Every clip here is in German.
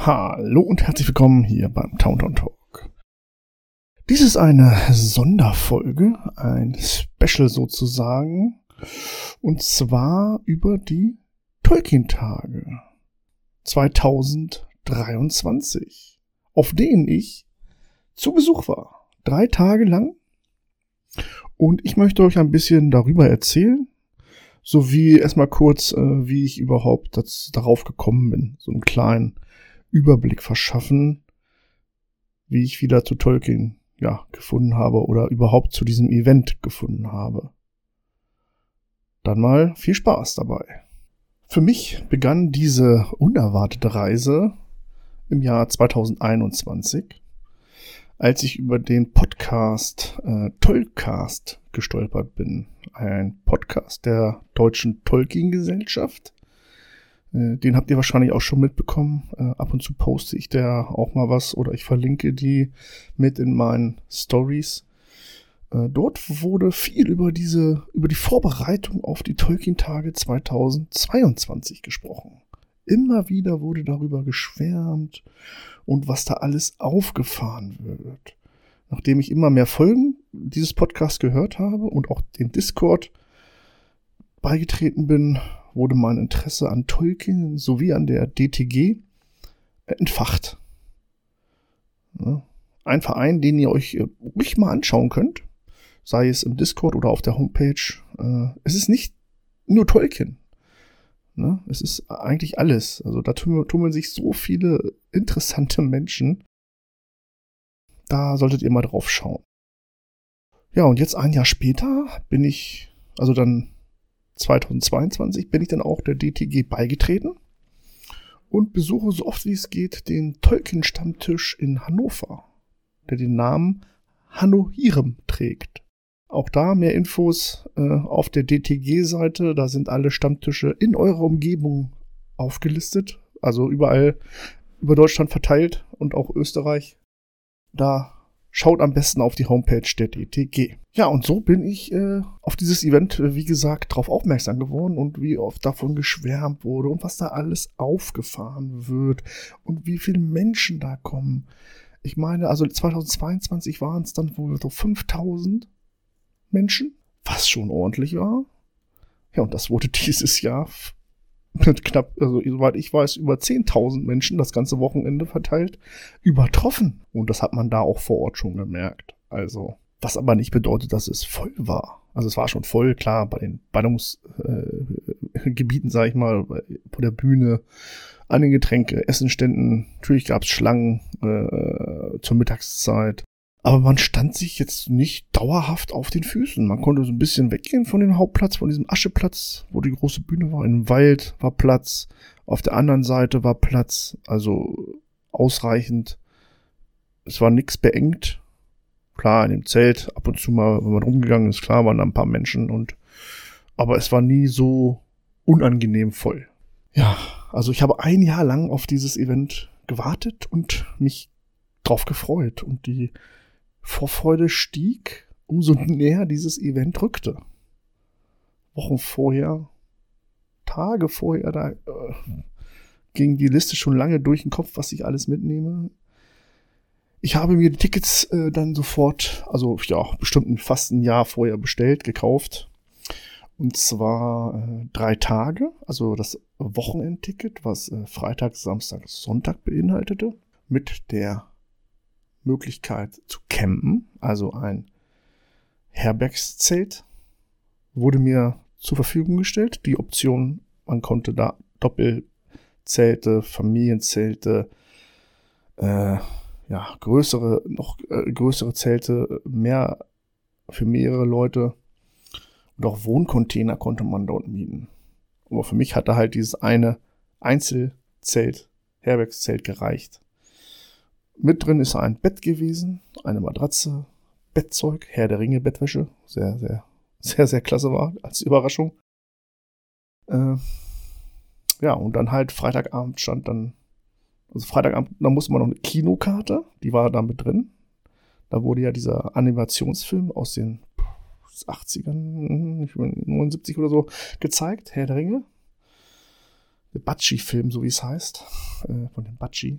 Hallo und herzlich willkommen hier beim Towntown Talk. Dies ist eine Sonderfolge, ein Special sozusagen, und zwar über die Tolkien-Tage 2023, auf denen ich zu Besuch war. 3 Tage lang. Und ich möchte euch ein bisschen darüber erzählen, sowie erstmal kurz, wie ich überhaupt darauf gekommen bin. So einen kleinen Überblick verschaffen, wie ich wieder zu Tolkien gefunden habe oder überhaupt zu diesem Event gefunden habe. Dann mal viel Spaß dabei. Für mich begann diese unerwartete Reise im Jahr 2021, als ich über den Podcast Tolcast gestolpert bin. Ein Podcast der Deutschen Tolkien-Gesellschaft. Den habt ihr wahrscheinlich auch schon mitbekommen. Ab und zu poste ich da auch mal was oder ich verlinke die mit in meinen Stories. Dort wurde viel über die Vorbereitung auf die Tolkien-Tage 2022 gesprochen. Immer wieder wurde darüber geschwärmt und was da alles aufgefahren wird. Nachdem ich immer mehr Folgen dieses Podcasts gehört habe und auch den Discord beigetreten bin, wurde mein Interesse an Tolkien sowie an der DTG entfacht. Ja, ein Verein, den ihr euch ruhig mal anschauen könnt, sei es im Discord oder auf der Homepage. Es ist nicht nur Tolkien. Ne? Es ist eigentlich alles. Also da tummeln sich so viele interessante Menschen. Da solltet ihr mal drauf schauen. Ja, und jetzt ein Jahr später bin ich, also dann 2022, bin ich dann auch der DTG beigetreten und besuche so oft wie es geht den Tolkien-Stammtisch in Hannover, der den Namen Hanno Hirem trägt. Auch da mehr Infos auf der DTG-Seite, da sind alle Stammtische in eurer Umgebung aufgelistet, also überall über Deutschland verteilt und auch Österreich. Da schaut am besten auf die Homepage der DTG. Ja, und so bin ich auf dieses Event, wie gesagt, drauf aufmerksam geworden und wie oft davon geschwärmt wurde und was da alles aufgefahren wird und wie viele Menschen da kommen. Ich meine, also 2022 waren es dann wohl so 5000 Menschen, was schon ordentlich war. Ja, und das wurde dieses Jahr mit knapp, also soweit ich weiß, über 10.000 Menschen das ganze Wochenende verteilt, übertroffen. Und das hat man da auch vor Ort schon gemerkt. Also, was aber nicht bedeutet, dass es voll war. Also es war schon voll, klar, bei den Ballungsgebieten, sag ich mal, vor der Bühne, an den Getränke, Essenständen. Natürlich gab es Schlangen zur Mittagszeit. Aber man stand sich jetzt nicht dauerhaft auf den Füßen. Man konnte so ein bisschen weggehen von dem Hauptplatz, von diesem Ascheplatz, wo die große Bühne war. Im Wald war Platz, auf der anderen Seite war Platz, also ausreichend. Es war nichts beengt. Klar, in dem Zelt, ab und zu mal, wenn man rumgegangen ist, klar, waren da ein paar Menschen aber es war nie so unangenehm voll. Ja, also ich habe ein Jahr lang auf dieses Event gewartet und mich drauf gefreut und die Vorfreude stieg, umso näher dieses Event rückte. Wochen vorher, Tage vorher, da ging die Liste schon lange durch den Kopf, was ich alles mitnehme. Ich habe mir die Tickets dann sofort, also ja, bestimmt fast ein Jahr vorher bestellt, gekauft. Und zwar 3 Tage, also das Wochenendticket, was Freitag, Samstag, Sonntag beinhaltete, mit der Möglichkeit zu campen, also ein Herbergszelt, wurde mir zur Verfügung gestellt. Die Option, man konnte da Doppelzelte, Familienzelte, größere Zelte, mehr für mehrere Leute und auch Wohncontainer konnte man dort mieten. Aber für mich hatte halt dieses eine Einzelzelt, Herbergszelt gereicht. Mit drin ist ein Bett gewesen, eine Matratze, Bettzeug, Herr der Ringe, Bettwäsche. Sehr, sehr, sehr, sehr klasse war als Überraschung. Und dann halt Freitagabend Freitagabend, da musste man noch eine Kinokarte, die war da mit drin. Da wurde ja dieser Animationsfilm aus den 80ern, ich meine 79 oder so, gezeigt, Herr der Ringe. Der Batschi-Film, so wie es heißt, von dem Batschi.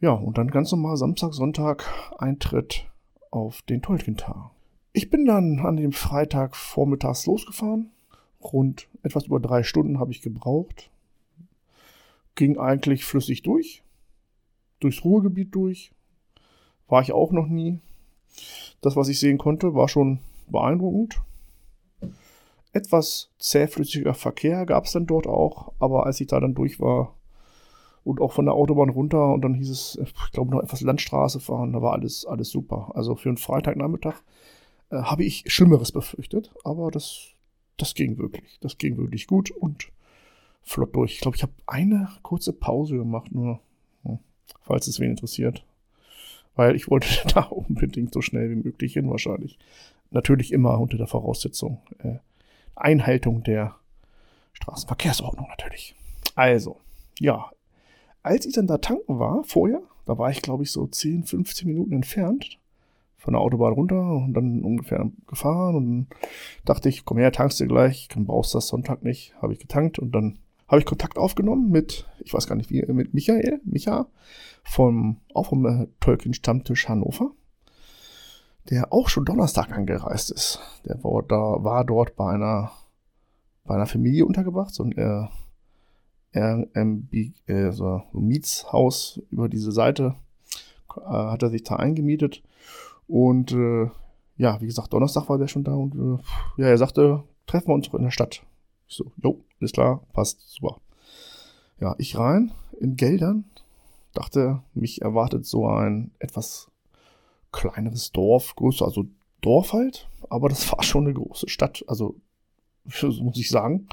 Ja, und dann ganz normal Samstag, Sonntag Eintritt auf den Tolkien-Tag. Ich bin dann an dem Freitag vormittags losgefahren. Rund etwas über 3 Stunden habe ich gebraucht. Ging eigentlich flüssig durchs Ruhrgebiet durch. War ich auch noch nie. Das, was ich sehen konnte, war schon beeindruckend. Etwas zähflüssiger Verkehr gab es dann dort auch, aber als ich da dann durch war und auch von der Autobahn runter und dann hieß es, ich glaube, noch etwas Landstraße fahren, da war alles super. Also für einen Freitagnachmittag habe ich Schlimmeres befürchtet, aber das ging wirklich. Das ging wirklich gut und flott durch. Ich glaube, ich habe eine kurze Pause gemacht, nur falls es wen interessiert. Weil ich wollte da unbedingt so schnell wie möglich hin wahrscheinlich. Natürlich immer unter der Voraussetzung Einhaltung der Straßenverkehrsordnung natürlich. Also, ja, als ich dann da tanken war, vorher, da war ich glaube ich so 10, 15 Minuten entfernt von der Autobahn runter und dann ungefähr gefahren und dann dachte ich, komm her, tankst du gleich, brauchst das Sonntag nicht, habe ich getankt und dann habe ich Kontakt aufgenommen mit, ich weiß gar nicht wie, mit Micha, vom Tolkien-Stammtisch Hannover, der auch schon Donnerstag angereist ist. Der war dort bei einer Familie untergebracht, so ein Airbnb, so ein Mietshaus über diese Seite, hat er sich da eingemietet. Und ja, wie gesagt, Donnerstag war der schon da und ja, er sagte, treffen wir uns doch in der Stadt. Ich so, jo, alles klar, passt, super. Ja, ich rein in Geldern, dachte, mich erwartet so ein etwas kleineres Dorf, größer, also Dorf halt, aber das war schon eine große Stadt, also muss ich sagen.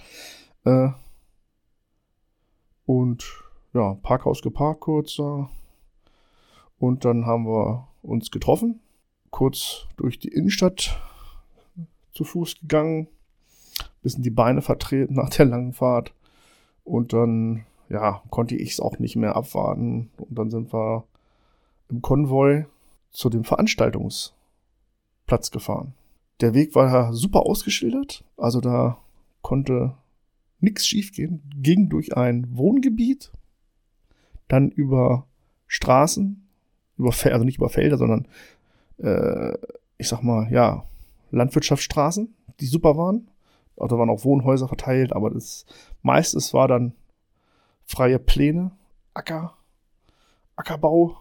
Und ja, Parkhaus geparkt kurz da. Und dann haben wir uns getroffen, kurz durch die Innenstadt zu Fuß gegangen, bisschen die Beine vertreten nach der langen Fahrt. Und dann, ja, konnte ich es auch nicht mehr abwarten. Und dann sind wir im Konvoi zu dem Veranstaltungsplatz gefahren. Der Weg war super ausgeschildert, also da konnte nichts schiefgehen. Ging durch ein Wohngebiet, dann über Straßen, also nicht über Felder, sondern ich sag mal, ja, Landwirtschaftsstraßen, die super waren. Da waren auch Wohnhäuser verteilt, aber das meiste war dann freie Pläne, Ackerbau.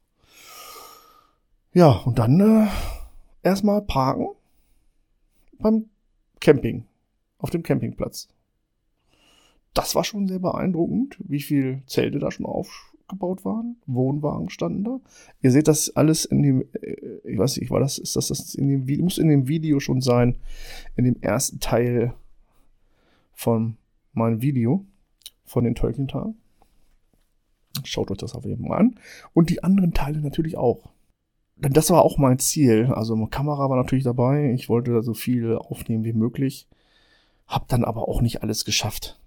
Ja, und dann erstmal parken beim Camping, auf dem Campingplatz. Das war schon sehr beeindruckend, wie viele Zelte da schon aufgebaut waren. Wohnwagen standen da. Ihr seht das alles in dem, ich weiß nicht, ist das in dem Video, muss in dem Video schon sein, in dem ersten Teil von meinem Video, von den Tolkien-Tagen. Schaut euch das auf jeden Fall mal an. Und die anderen Teile natürlich auch. Denn das war auch mein Ziel. Also eine Kamera war natürlich dabei. Ich wollte da so viel aufnehmen wie möglich. Hab dann aber auch nicht alles geschafft.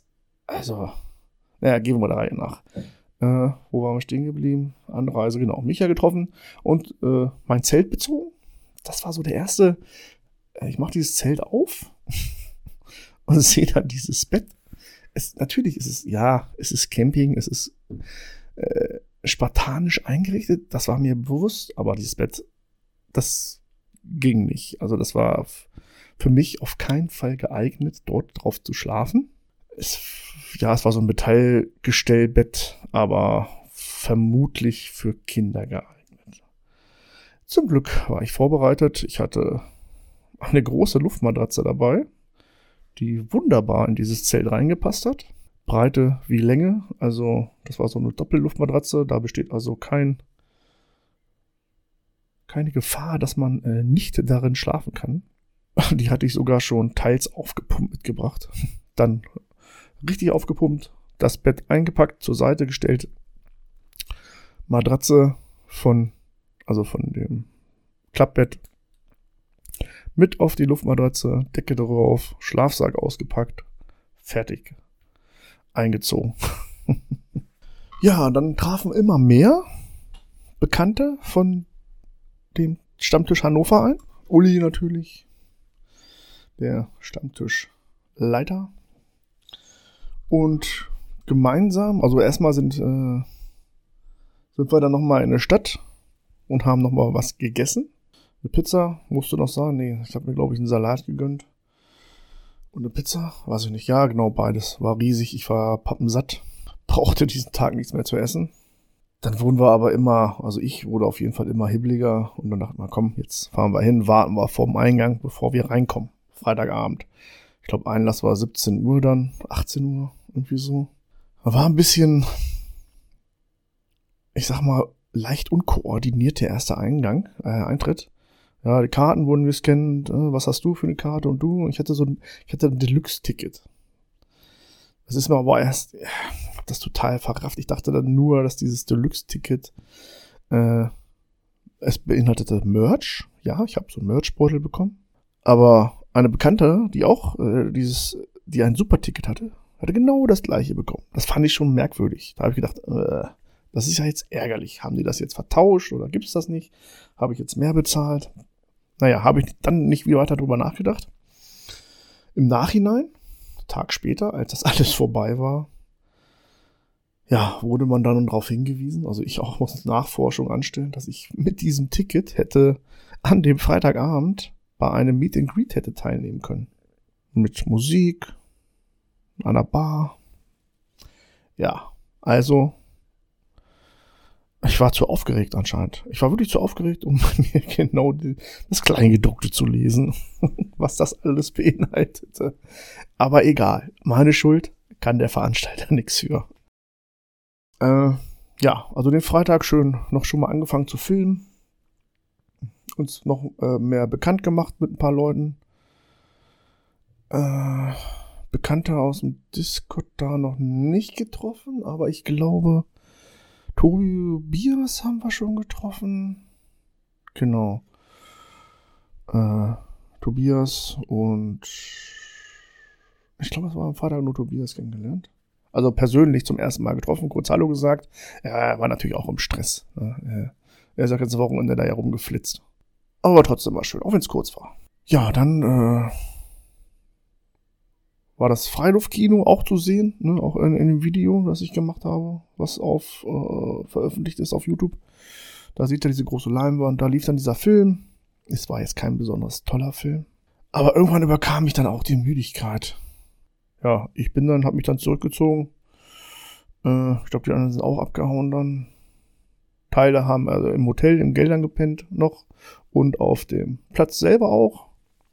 Gehen wir der Reihe nach. Wo waren wir stehen geblieben? Anreise, genau. Micha getroffen und mein Zelt bezogen. Das war so der erste. Ich mache dieses Zelt auf und sehe dann dieses Bett. Natürlich ist es ist Camping, es ist spartanisch eingerichtet. Das war mir bewusst, aber dieses Bett, das ging nicht. Also das war für mich auf keinen Fall geeignet, dort drauf zu schlafen. Es war so ein Metallgestellbett, aber vermutlich für Kinder geeignet. Zum Glück war ich vorbereitet. Ich hatte eine große Luftmatratze dabei, die wunderbar in dieses Zelt reingepasst hat. Breite wie Länge, also das war so eine Doppelluftmatratze. Da besteht also keine Gefahr, dass man nicht darin schlafen kann. Die hatte ich sogar schon teils aufgepumpt mitgebracht. Dann richtig aufgepumpt, das Bett eingepackt, zur Seite gestellt, Matratze von dem Klappbett mit auf die Luftmatratze, Decke drauf, Schlafsack ausgepackt, fertig, eingezogen. Ja, dann trafen immer mehr Bekannte von dem Stammtisch Hannover ein. Uli natürlich, der Stammtischleiter. Und gemeinsam, also erstmal sind sind wir dann nochmal in der Stadt und haben nochmal was gegessen. Eine Pizza, musste noch sagen. Nee, ich habe mir, glaube ich, einen Salat gegönnt. Und eine Pizza, weiß ich nicht. Ja, genau, beides. War riesig, ich war pappensatt. Brauchte diesen Tag nichts mehr zu essen. Dann wurden wir aber immer, also ich wurde auf jeden Fall immer hibbeliger. Und dann dachte man, komm, jetzt fahren wir hin, warten wir vorm Eingang, bevor wir reinkommen. Freitagabend. Ich glaube, Einlass war 17 Uhr dann, 18 Uhr, irgendwie so. War ein bisschen, ich sag mal, leicht unkoordiniert der erste Eintritt. Ja, die Karten wurden gescannt. Was hast du für eine Karte und du? Ich hatte ein Deluxe-Ticket. Das ist mir aber erst, hab das total verrafft. Ich dachte dann nur, dass dieses Deluxe-Ticket, es beinhaltete Merch. Ja, ich habe so einen Merch-Beutel bekommen. Aber eine Bekannte, die auch die ein Superticket hatte genau das gleiche bekommen. Das fand ich schon merkwürdig. Da habe ich gedacht, das ist ja jetzt ärgerlich. Haben die das jetzt vertauscht oder gibt es das nicht? Habe ich jetzt mehr bezahlt? Naja, habe ich dann nicht wieder weiter drüber nachgedacht. Im Nachhinein, Tag später, als das alles vorbei war, ja, wurde man dann darauf hingewiesen, also ich auch muss Nachforschung anstellen, dass ich mit diesem Ticket hätte an dem Freitagabend bei einem Meet and Greet hätte teilnehmen können. Mit Musik, an der Bar. Ja, also ich war zu aufgeregt anscheinend. Ich war wirklich zu aufgeregt, um mir genau das Kleingedruckte zu lesen, was das alles beinhaltete. Aber egal, meine Schuld, kann der Veranstalter nichts für. Ja, also den Freitag schon mal angefangen zu filmen. Uns noch mehr bekannt gemacht mit ein paar Leuten. Bekannte aus dem Discord da noch nicht getroffen, aber ich glaube, Tobias haben wir schon getroffen. Genau. Tobias und ich glaube, es war am Freitag nur Tobias kennengelernt. Also persönlich zum ersten Mal getroffen, kurz Hallo gesagt. Ja, er war natürlich auch im Stress. Er ist ja ganze Wochenende da ja rumgeflitzt. Aber trotzdem war schön, auch wenn es kurz war. Ja, dann war das Freiluftkino auch zu sehen, ne? Auch in dem Video, das ich gemacht habe, was veröffentlicht ist auf YouTube. Da sieht er diese große Leinwand, da lief dann dieser Film. Es war jetzt kein besonders toller Film. Aber irgendwann überkam mich dann auch die Müdigkeit. Ja, hab mich dann zurückgezogen. Ich glaube, die anderen sind auch abgehauen dann. Teile haben also im Hotel, im Geldern gepennt noch. Und auf dem Platz selber auch.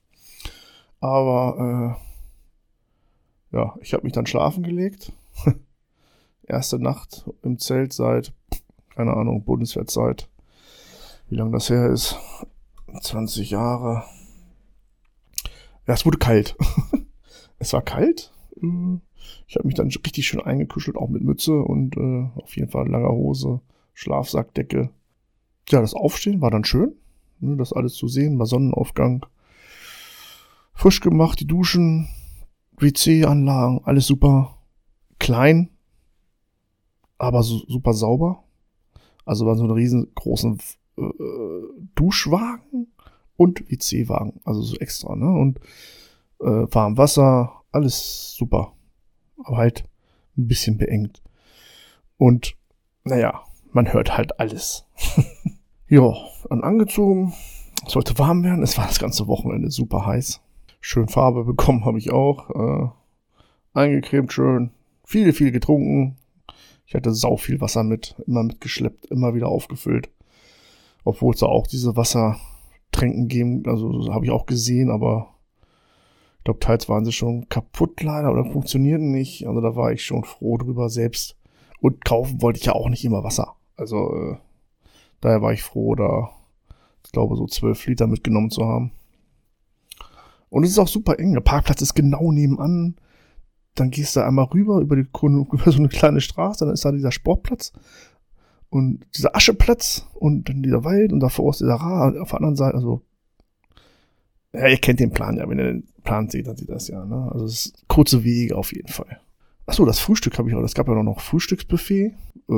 Aber, ja, ich habe mich dann schlafen gelegt. Erste Nacht im Zelt seit, keine Ahnung, Bundeswehrzeit. Wie lange das her ist? 20 Jahre. Ja, es wurde kalt. Es war kalt. Ich habe mich dann richtig schön eingekuschelt, auch mit Mütze und auf jeden Fall langer Hose, Schlafsackdecke. Ja, das Aufstehen war dann schön. Ne, das alles zu sehen, war Sonnenaufgang. Frisch gemacht, die Duschen, WC-Anlagen, alles super klein, aber super sauber. Also war so ein riesengroßen Duschwagen und WC-Wagen, also so extra, ne? Und warm Wasser, alles super. Aber halt ein bisschen beengt. Und, naja, man hört halt alles. Ja, dann angezogen. Es sollte warm werden. Es war das ganze Wochenende super heiß. Schön Farbe bekommen habe ich auch. Eingecremt schön. Viel getrunken. Ich hatte sau viel Wasser immer mitgeschleppt, immer wieder aufgefüllt. Obwohl es da auch diese Wassertränken geben, also habe ich auch gesehen, aber ich glaube, teils waren sie schon kaputt leider oder funktionierten nicht. Also da war ich schon froh drüber selbst. Und kaufen wollte ich ja auch nicht immer Wasser. Also daher war ich froh, da, ich glaube, so 12 Liter mitgenommen zu haben. Und es ist auch super eng. Der Parkplatz ist genau nebenan. Dann gehst du einmal rüber über so eine kleine Straße. Dann ist da dieser Sportplatz und dieser Ascheplatz und dann dieser Wald und davor ist dieser auf der anderen Seite. Also, ja, ihr kennt den Plan ja. Wenn ihr den Plan seht, dann seht ihr das ja. Ne? Also es ist kurze Wege auf jeden Fall. Achso, das Frühstück habe ich auch. Es gab ja noch Frühstücksbuffet.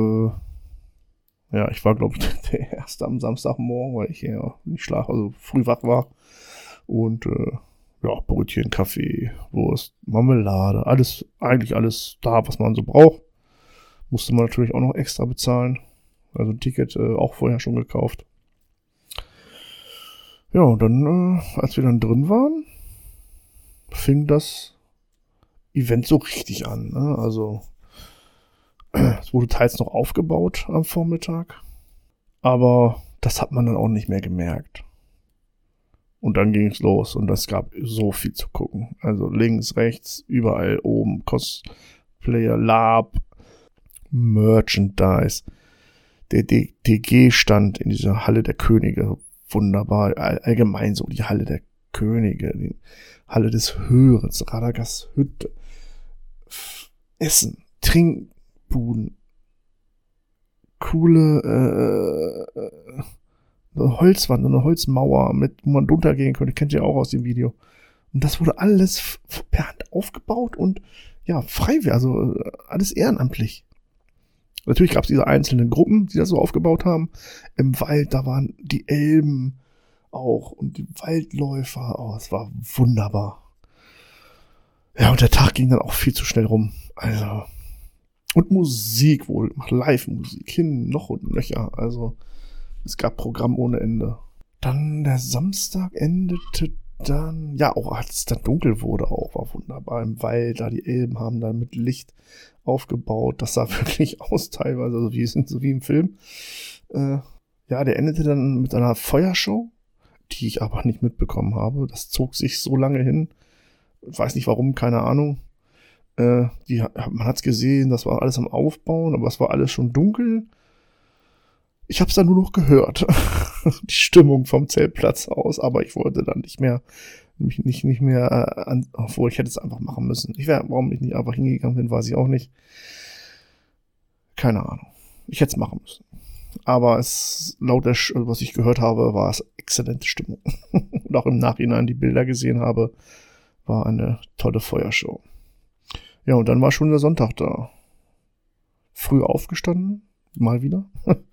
Ja, ich war, glaube ich, der Erste am Samstagmorgen, weil ich ja nicht also früh wach war. Und ja, Brötchen, Kaffee, Wurst, Marmelade, eigentlich alles da, was man so braucht. Musste man natürlich auch noch extra bezahlen. Also ein Ticket auch vorher schon gekauft. Ja, und dann, als wir dann drin waren, fing das Event so richtig an. Ne? Also es wurde teils noch aufgebaut am Vormittag, aber das hat man dann auch nicht mehr gemerkt. Und dann ging es los und es gab so viel zu gucken. Also links, rechts, überall oben, Cosplayer, Lab, Merchandise. Der DG-Stand in dieser Halle der Könige, wunderbar. Allgemein so die Halle der Könige, die Halle des Hörens, Radagast Hütte, Essen, Trinkbuden, coole eine Holzwand, eine Holzmauer, wo man drunter gehen könnte, kennt ihr auch aus dem Video. Und das wurde alles per Hand aufgebaut und ja, freiwillig, also alles ehrenamtlich. Natürlich gab es diese einzelnen Gruppen, die das so aufgebaut haben. Im Wald, da waren die Elben auch und die Waldläufer. Oh, es war wunderbar. Ja, und der Tag ging dann auch viel zu schnell rum. Also, und Musik wurde gemacht, Live-Musik, hin, noch und nöcher. Also, es gab Programm ohne Ende. Dann der Samstag endete dann, ja, auch als es dann dunkel wurde, auch war wunderbar im Wald. Da die Elben haben dann mit Licht aufgebaut. Das sah wirklich aus teilweise, also so wie im Film. Ja, der endete dann mit einer Feuershow, die ich aber nicht mitbekommen habe. Das zog sich so lange hin. Ich weiß nicht warum, keine Ahnung. Man hat's gesehen, das war alles am Aufbauen, aber es war alles schon dunkel. Ich habe es dann nur noch gehört, die Stimmung vom Zeltplatz aus, aber ich wollte dann nicht mehr, obwohl ich hätte es einfach machen müssen. Warum ich nicht einfach hingegangen bin, weiß ich auch nicht. Keine Ahnung. Ich hätte es machen müssen. Aber laut was ich gehört habe, war es exzellente Stimmung. Und auch im Nachhinein die Bilder gesehen habe, war eine tolle Feuershow. Ja, und dann war schon der Sonntag da. Früh aufgestanden, mal wieder.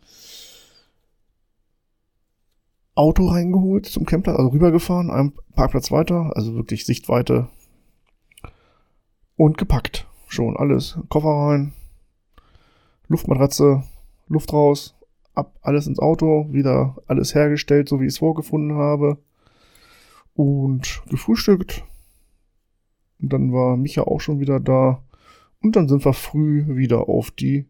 Auto reingeholt zum Camper, also rübergefahren, einen Parkplatz weiter, also wirklich Sichtweite. Und gepackt. Schon alles. Koffer rein, Luftmatratze, Luft raus, ab, alles ins Auto, wieder alles hergestellt, so wie ich es vorgefunden habe. Und gefrühstückt. Und dann war Micha auch schon wieder da. Und dann sind wir früh wieder auf die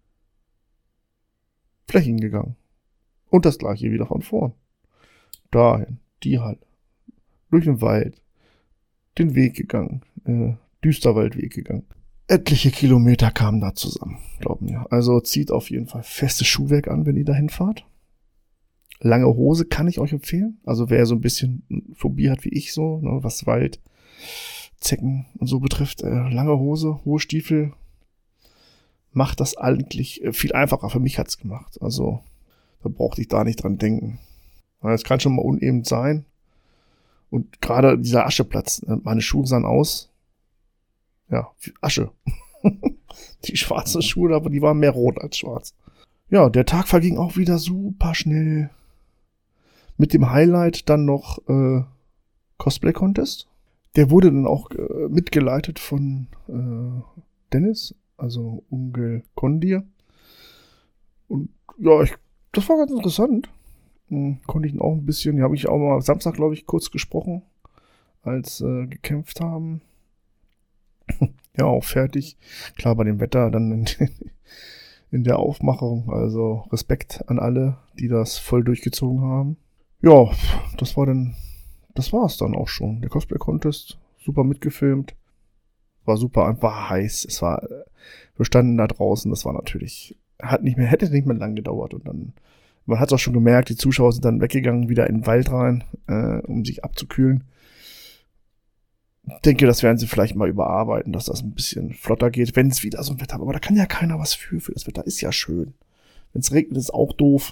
Flächen gegangen. Und das gleiche wieder von vorn. Dahin, die Halle, durch den Wald, den Weg gegangen, Düsterwaldweg gegangen. Etliche Kilometer kamen da zusammen, glaubt mir. Also zieht auf jeden Fall festes Schuhwerk an, wenn ihr dahin fahrt. Lange Hose kann ich euch empfehlen. Also wer so ein bisschen Phobie hat wie ich so, ne, was Wald, Zecken und so betrifft, lange Hose, hohe Stiefel, macht das eigentlich viel einfacher. Für mich hat's gemacht. Also da brauchte ich da nicht dran denken. Es kann schon mal uneben sein. Und gerade dieser Ascheplatz, meine Schuhe sahen aus, ja, wie Asche. Die schwarzen Schuhe, aber die waren mehr rot als schwarz. Ja, der Tag verging auch wieder super schnell. Mit dem Highlight dann noch Cosplay-Contest. Der wurde dann auch mitgeleitet von Dennis, also Onkel Kondir. Und ja, das war ganz interessant. Konnte ich ihn auch ein bisschen, die habe ich auch mal Samstag, glaube ich, kurz gesprochen, als gekämpft haben. Ja, auch fertig. Klar, bei dem Wetter dann in der Aufmachung. Also Respekt an alle, die das voll durchgezogen haben. Ja, das war's dann auch schon. Der Cosplay-Contest, super mitgefilmt. War super, war heiß. Wir standen da draußen, das war natürlich, hätte nicht mehr lang gedauert und dann, man hat es auch schon gemerkt, die Zuschauer sind dann weggegangen, wieder in den Wald rein, um sich abzukühlen. Ich denke, das werden sie vielleicht mal überarbeiten, dass das ein bisschen flotter geht, wenn es wieder so ein Wetter hat. Aber da kann ja keiner was für das Wetter ist ja schön. Wenn es regnet, ist auch doof.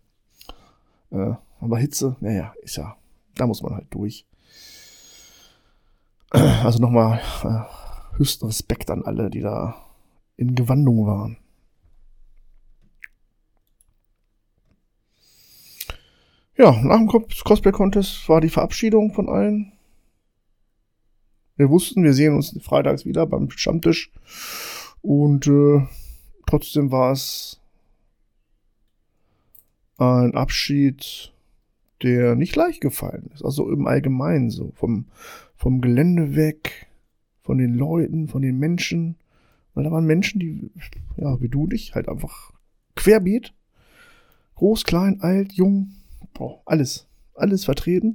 Aber Hitze, naja, ist ja, da muss man halt durch. Also nochmal höchsten Respekt an alle, die da in Gewandung waren. Ja, nach dem Cosplay-Contest war die Verabschiedung von allen. Wir wussten, wir sehen uns freitags wieder beim Stammtisch. Und trotzdem war es ein Abschied, der nicht leicht gefallen ist. Also im Allgemeinen so. Vom Gelände weg, von den Leuten, von den Menschen. Weil da waren Menschen, die, ja, wie du dich, halt einfach querbeet. Groß, klein, alt, jung. Boah, alles vertreten.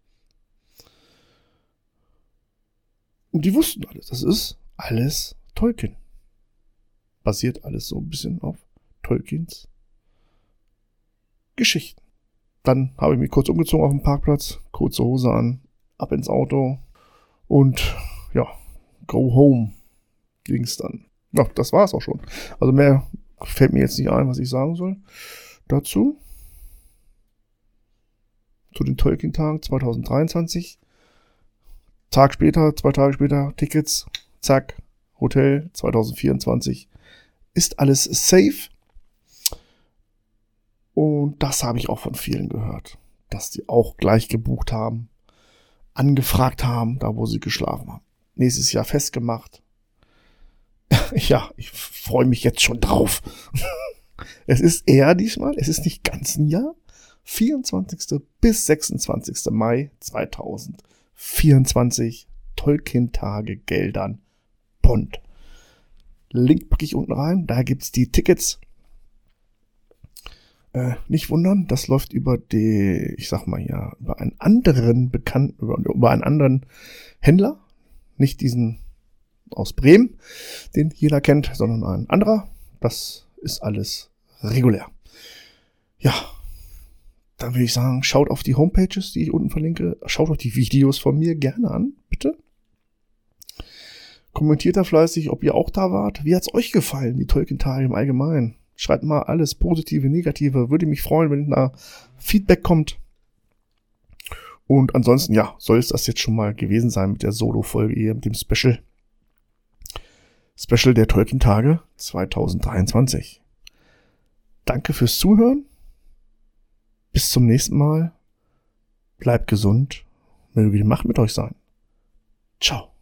Und die wussten alles. Das ist alles Tolkien. Basiert alles so ein bisschen auf Tolkiens Geschichten. Dann habe ich mich kurz umgezogen auf dem Parkplatz, kurze Hose an, ab ins Auto und ja, go home ging's dann. Ja, das war's auch schon. Also mehr fällt mir jetzt nicht ein, was ich sagen soll dazu. Zu den Tolkien-Tagen 2023. 2 Tage später, Tickets, zack, Hotel 2024. Ist alles safe. Und das habe ich auch von vielen gehört, dass die auch gleich gebucht haben, angefragt haben, da wo sie geschlafen haben. Nächstes Jahr festgemacht. Ja, ich freue mich jetzt schon drauf. Es ist eher diesmal, es ist nicht ganz ein Jahr. 24. bis 26. Mai 2024. Tolkien-Tage Geldern Pond. Link packe ich unten rein, da gibt's die Tickets. Nicht wundern, das läuft über über einen anderen Bekannten, über einen anderen Händler. Nicht diesen aus Bremen, den jeder kennt, sondern ein anderer. Das ist alles regulär. Ja, dann würde ich sagen, schaut auf die Homepages, die ich unten verlinke. Schaut euch die Videos von mir gerne an, bitte. Kommentiert da fleißig, ob ihr auch da wart. Wie hat's euch gefallen, die Tolkien-Tage im Allgemeinen? Schreibt mal alles, positive, negative. Würde mich freuen, wenn da Feedback kommt. Und ansonsten, ja, soll es das jetzt schon mal gewesen sein mit der Solo-Folge hier, mit dem Special der Tolkien-Tage 2023. Danke fürs Zuhören. Bis zum nächsten Mal. Bleibt gesund. Möge die Macht mit euch sein. Ciao.